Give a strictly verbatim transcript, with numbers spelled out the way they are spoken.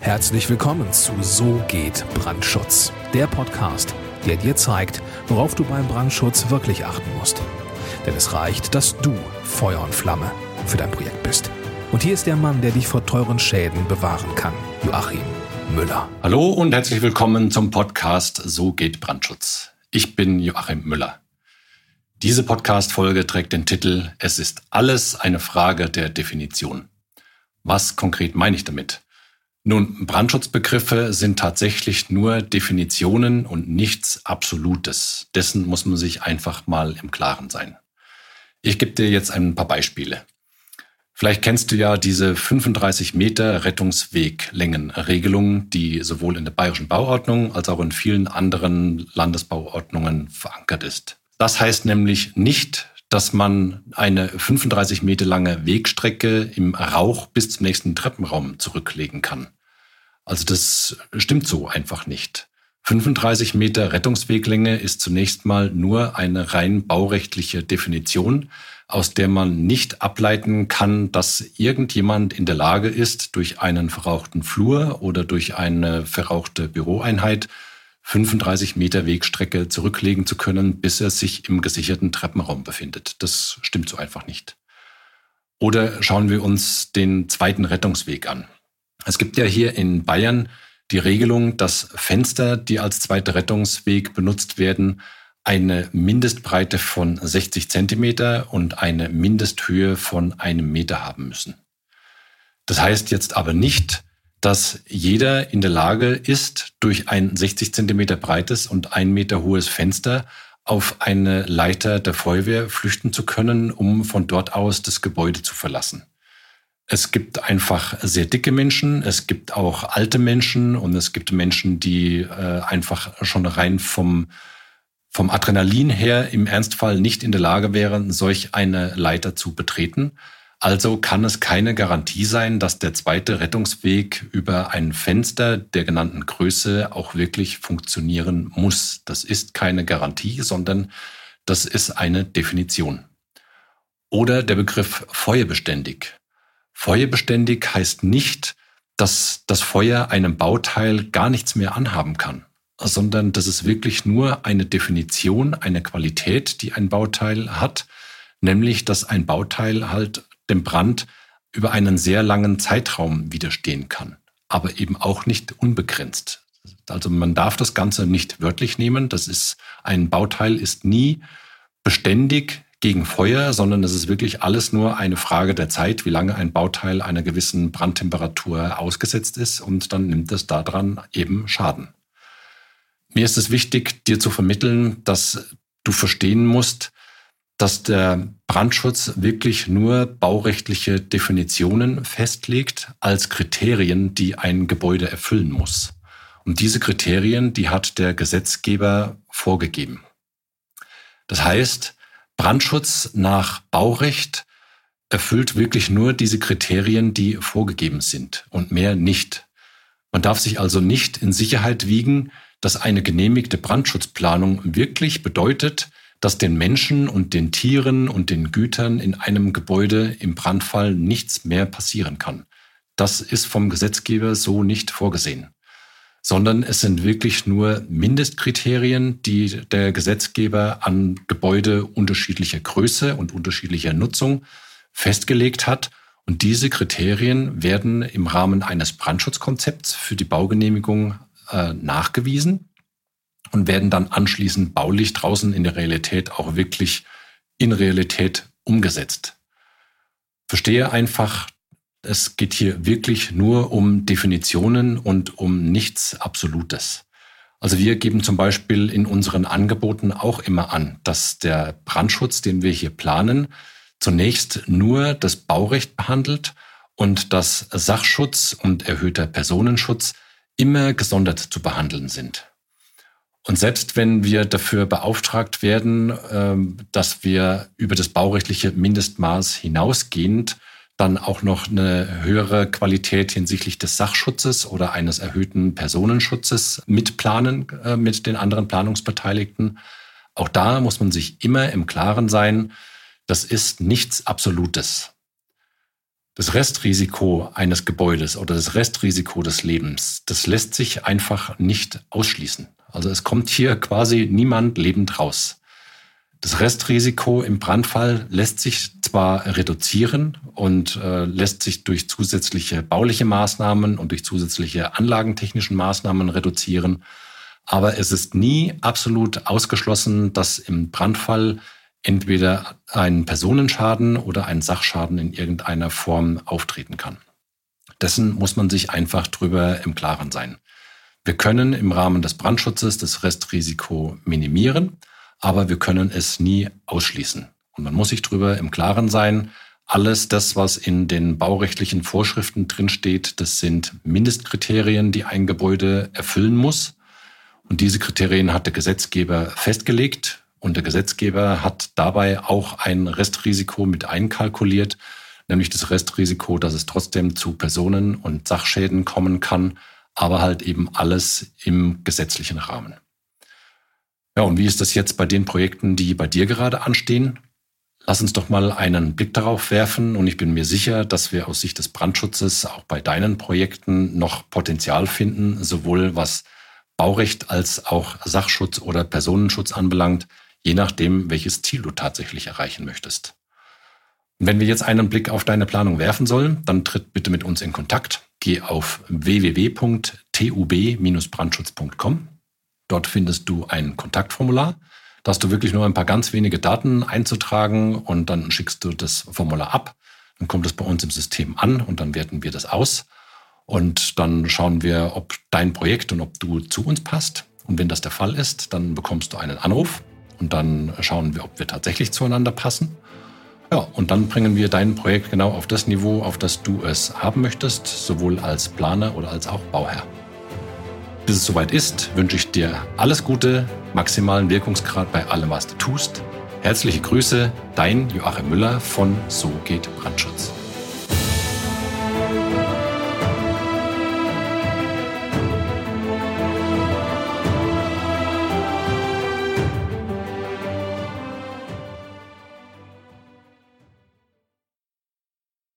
Herzlich willkommen zu So geht Brandschutz, der Podcast, der dir zeigt, worauf du beim Brandschutz wirklich achten musst. Denn es reicht, dass du Feuer und Flamme für dein Projekt bist. Und hier ist der Mann, der dich vor teuren Schäden bewahren kann, Joachim Müller. Hallo und herzlich willkommen zum Podcast So geht Brandschutz. Ich bin Joachim Müller. Diese Podcast-Folge trägt den Titel Es ist alles eine Frage der Definition. Was konkret meine ich damit? Nun, Brandschutzbegriffe sind tatsächlich nur Definitionen und nichts Absolutes. Dessen muss man sich einfach mal im Klaren sein. Ich gebe dir jetzt ein paar Beispiele. Vielleicht kennst du ja diese fünfunddreißig Meter Rettungsweglängenregelung, die sowohl in der Bayerischen Bauordnung als auch in vielen anderen Landesbauordnungen verankert ist. Das heißt nämlich nicht, dass man eine fünfunddreißig Meter lange Wegstrecke im Rauch bis zum nächsten Treppenraum zurücklegen kann. Also das stimmt so einfach nicht. fünfunddreißig Meter Rettungsweglänge ist zunächst mal nur eine rein baurechtliche Definition, aus der man nicht ableiten kann, dass irgendjemand in der Lage ist, durch einen verrauchten Flur oder durch eine verrauchte Büroeinheit fünfunddreißig Meter Wegstrecke zurücklegen zu können, bis er sich im gesicherten Treppenraum befindet. Das stimmt so einfach nicht. Oder schauen wir uns den zweiten Rettungsweg an. Es gibt ja hier in Bayern die Regelung, dass Fenster, die als zweiter Rettungsweg benutzt werden, eine Mindestbreite von sechzig Zentimeter und eine Mindesthöhe von einem Meter haben müssen. Das heißt jetzt aber nicht, dass jeder in der Lage ist, durch ein sechzig Zentimeter breites und ein Meter hohes Fenster auf eine Leiter der Feuerwehr flüchten zu können, um von dort aus das Gebäude zu verlassen. Es gibt einfach sehr dicke Menschen, es gibt auch alte Menschen und es gibt Menschen, die äh, einfach schon rein vom, vom Adrenalin her im Ernstfall nicht in der Lage wären, solch eine Leiter zu betreten. Also kann es keine Garantie sein, dass der zweite Rettungsweg über ein Fenster der genannten Größe auch wirklich funktionieren muss. Das ist keine Garantie, sondern das ist eine Definition. Oder der Begriff feuerbeständig. Feuerbeständig heißt nicht, dass das Feuer einem Bauteil gar nichts mehr anhaben kann, sondern das ist wirklich nur eine Definition, eine Qualität, die ein Bauteil hat, nämlich dass ein Bauteil halt dem Brand über einen sehr langen Zeitraum widerstehen kann, aber eben auch nicht unbegrenzt. Also man darf das Ganze nicht wörtlich nehmen. Das ist, ein Bauteil ist nie beständig gegen Feuer, sondern es ist wirklich alles nur eine Frage der Zeit, wie lange ein Bauteil einer gewissen Brandtemperatur ausgesetzt ist, und dann nimmt es daran eben Schaden. Mir ist es wichtig, dir zu vermitteln, dass du verstehen musst, dass der Brandschutz wirklich nur baurechtliche Definitionen festlegt als Kriterien, die ein Gebäude erfüllen muss. Und diese Kriterien, die hat der Gesetzgeber vorgegeben. Das heißt, Brandschutz nach Baurecht erfüllt wirklich nur diese Kriterien, die vorgegeben sind und mehr nicht. Man darf sich also nicht in Sicherheit wiegen, dass eine genehmigte Brandschutzplanung wirklich bedeutet, dass den Menschen und den Tieren und den Gütern in einem Gebäude im Brandfall nichts mehr passieren kann. Das ist vom Gesetzgeber so nicht vorgesehen, sondern es sind wirklich nur Mindestkriterien, die der Gesetzgeber an Gebäude unterschiedlicher Größe und unterschiedlicher Nutzung festgelegt hat. Und diese Kriterien werden im Rahmen eines Brandschutzkonzepts für die Baugenehmigung äh, nachgewiesen und werden dann anschließend baulich draußen in der Realität auch wirklich in Realität umgesetzt. Verstehe einfach, es geht hier wirklich nur um Definitionen und um nichts Absolutes. Also wir geben zum Beispiel in unseren Angeboten auch immer an, dass der Brandschutz, den wir hier planen, zunächst nur das Baurecht behandelt und dass Sachschutz und erhöhter Personenschutz immer gesondert zu behandeln sind. Und selbst wenn wir dafür beauftragt werden, dass wir über das baurechtliche Mindestmaß hinausgehend dann auch noch eine höhere Qualität hinsichtlich des Sachschutzes oder eines erhöhten Personenschutzes mitplanen mit den anderen Planungsbeteiligten, auch da muss man sich immer im Klaren sein, das ist nichts Absolutes. Das Restrisiko eines Gebäudes oder das Restrisiko des Lebens, das lässt sich einfach nicht ausschließen. Also es kommt hier quasi niemand lebend raus. Das Restrisiko im Brandfall lässt sich zwar reduzieren und äh, lässt sich durch zusätzliche bauliche Maßnahmen und durch zusätzliche anlagentechnischen Maßnahmen reduzieren, aber es ist nie absolut ausgeschlossen, dass im Brandfall entweder ein Personenschaden oder ein Sachschaden in irgendeiner Form auftreten kann. Dessen muss man sich einfach drüber im Klaren sein. Wir können im Rahmen des Brandschutzes das Restrisiko minimieren, aber wir können es nie ausschließen. Und man muss sich drüber im Klaren sein, alles das, was in den baurechtlichen Vorschriften drinsteht, das sind Mindestkriterien, die ein Gebäude erfüllen muss. Und diese Kriterien hat der Gesetzgeber festgelegt. Und der Gesetzgeber hat dabei auch ein Restrisiko mit einkalkuliert, nämlich das Restrisiko, dass es trotzdem zu Personen- und Sachschäden kommen kann, aber halt eben alles im gesetzlichen Rahmen. Ja, und wie ist das jetzt bei den Projekten, die bei dir gerade anstehen? Lass uns doch mal einen Blick darauf werfen und ich bin mir sicher, dass wir aus Sicht des Brandschutzes auch bei deinen Projekten noch Potenzial finden, sowohl was Baurecht als auch Sachschutz oder Personenschutz anbelangt, je nachdem, welches Ziel du tatsächlich erreichen möchtest. Und wenn wir jetzt einen Blick auf deine Planung werfen sollen, dann tritt bitte mit uns in Kontakt. Geh auf w w w punkt t u b Bindestrich brandschutz punkt com. Dort findest du ein Kontaktformular. Da hast du wirklich nur ein paar ganz wenige Daten einzutragen und dann schickst du das Formular ab. Dann kommt es bei uns im System an und dann werten wir das aus. Und dann schauen wir, ob dein Projekt und ob du zu uns passt. Und wenn das der Fall ist, dann bekommst du einen Anruf. Und dann schauen wir, ob wir tatsächlich zueinander passen. Ja, und dann bringen wir dein Projekt genau auf das Niveau, auf das du es haben möchtest, sowohl als Planer oder als auch Bauherr. Bis es soweit ist, wünsche ich dir alles Gute, maximalen Wirkungsgrad bei allem, was du tust. Herzliche Grüße, dein Joachim Müller von So geht Brandschutz.